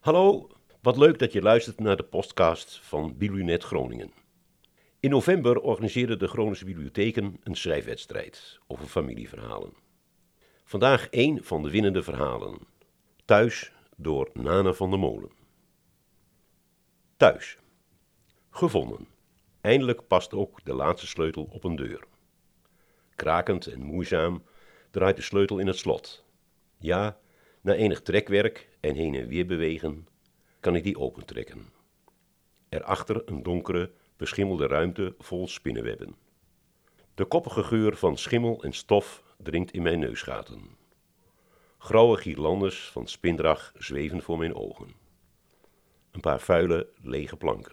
Hallo, wat leuk dat je luistert naar de podcast van Biblionet Groningen. In november organiseerden de Groningse bibliotheken een schrijfwedstrijd over familieverhalen. Vandaag één van de winnende verhalen. Thuis door Nana van der Molen. Thuis. Gevonden. Eindelijk past ook de laatste sleutel op een deur. Krakend en moeizaam draait de sleutel in het slot. Ja, na enig trekwerk en heen en weer bewegen, kan ik die opentrekken. Erachter een donkere, beschimmelde ruimte vol spinnenwebben. De koppige geur van schimmel en stof dringt in mijn neusgaten. Grauwe guirlandes van spindrag zweven voor mijn ogen. Een paar vuile, lege planken.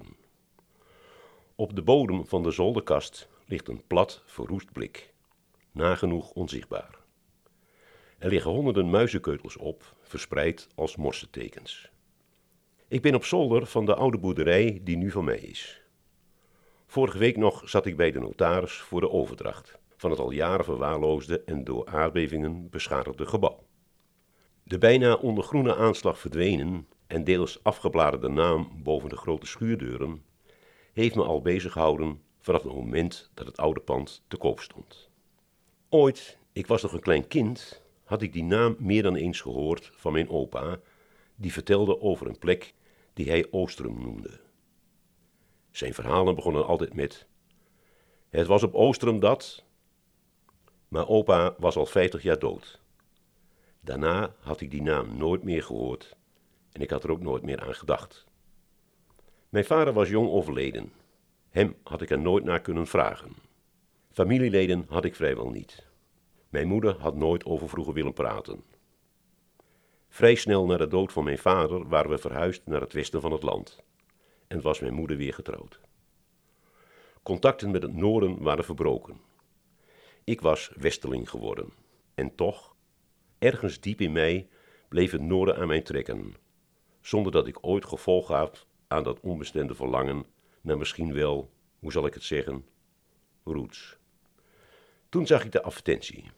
Op de bodem van de zolderkast ligt een plat, verroest blik, nagenoeg onzichtbaar. Er liggen honderden muizenkeutels op, verspreid als morsetekens. Ik ben op zolder van de oude boerderij die nu van mij is. Vorige week nog zat ik bij de notaris voor de overdracht van het al jaren verwaarloosde en door aardbevingen beschadigde gebouw. De bijna onder groene aanslag verdwenen en deels afgebladerde naam boven de grote schuurdeuren heeft me al bezig gehouden vanaf het moment dat het oude pand te koop stond. Ooit, ik was nog een klein kind, had ik die naam meer dan eens gehoord van mijn opa, die vertelde over een plek die hij Oostrum noemde. Zijn verhalen begonnen altijd met: het was op Oostrum dat. Maar opa was al 50 jaar dood. Daarna had ik die naam nooit meer gehoord en ik had er ook nooit meer aan gedacht. Mijn vader was jong overleden. Hem had ik er nooit naar kunnen vragen. Familieleden had ik vrijwel niet. Mijn moeder had nooit over vroeger willen praten. Vrij snel na de dood van mijn vader waren we verhuisd naar het westen van het land. En was mijn moeder weer getrouwd. Contacten met het noorden waren verbroken. Ik was westeling geworden. En toch, ergens diep in mij, bleef het noorden aan mij trekken. Zonder dat ik ooit gevolg had aan dat onbestemde verlangen naar misschien wel, hoe zal ik het zeggen, roots. Toen zag ik de advertentie.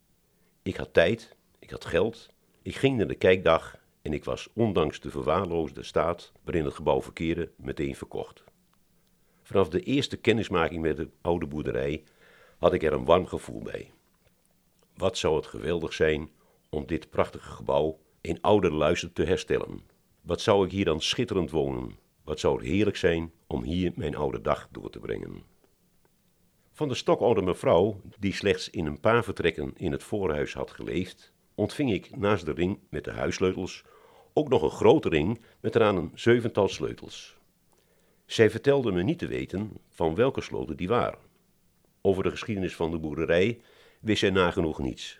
Ik had tijd, ik had geld, ik ging naar de kijkdag en ik was ondanks de verwaarloosde staat waarin het gebouw verkeerde meteen verkocht. Vanaf de eerste kennismaking met de oude boerderij had ik er een warm gevoel bij. Wat zou het geweldig zijn om dit prachtige gebouw in oude luister te herstellen. Wat zou ik hier dan schitterend wonen. Wat zou het heerlijk zijn om hier mijn oude dag door te brengen. Van de stokoude mevrouw, die slechts in een paar vertrekken in het voorhuis had geleefd, ontving ik naast de ring met de huissleutels ook nog een grote ring met eraan een 7-tal sleutels. Zij vertelde me niet te weten van welke sloten die waren. Over de geschiedenis van de boerderij wist zij nagenoeg niets.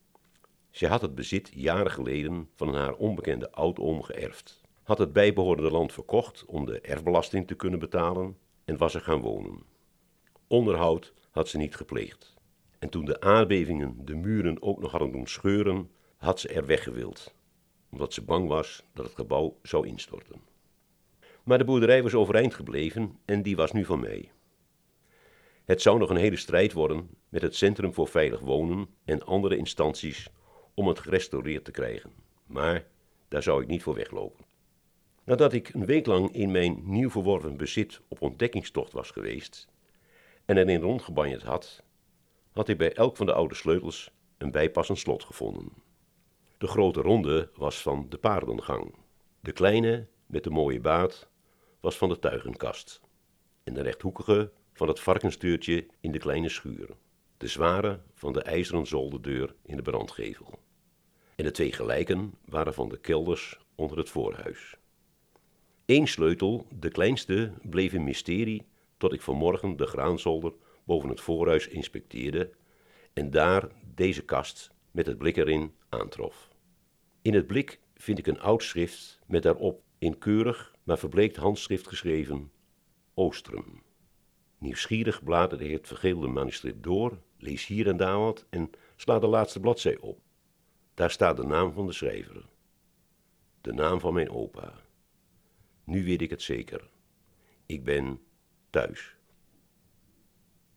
Zij had het bezit jaren geleden van haar onbekende oudoom geërfd, had het bijbehorende land verkocht om de erfbelasting te kunnen betalen en was er gaan wonen. Onderhoud had ze niet gepleegd. En toen de aardbevingen de muren ook nog hadden doen scheuren, had ze er weggewild, omdat ze bang was dat het gebouw zou instorten. Maar de boerderij was overeind gebleven en die was nu van mij. Het zou nog een hele strijd worden met het Centrum voor Veilig Wonen en andere instanties om het gerestaureerd te krijgen. Maar daar zou ik niet voor weglopen. Nadat ik een week lang in mijn nieuw verworven bezit op ontdekkingstocht was geweest en erin rondgebanjerd had ik bij elk van de oude sleutels een bijpassend slot gevonden. De grote ronde was van de paardengang. De kleine, met de mooie baard, was van de tuigenkast. En de rechthoekige van het varkensdeurtje in de kleine schuur. De zware van de ijzeren zolderdeur in de brandgevel. En de 2 gelijken waren van de kelders onder het voorhuis. 1 sleutel, de kleinste, bleef een mysterie tot ik vanmorgen de graanzolder boven het voorhuis inspecteerde en daar deze kast met het blik erin aantrof. In het blik vind ik een oud schrift met daarop in keurig maar verbleekt handschrift geschreven Oostrum. Nieuwsgierig bladerde ik het vergeelde manuscript door, lees hier en daar wat en sla de laatste bladzij op. Daar staat de naam van de schrijver. De naam van mijn opa. Nu weet ik het zeker. Ik ben thuis.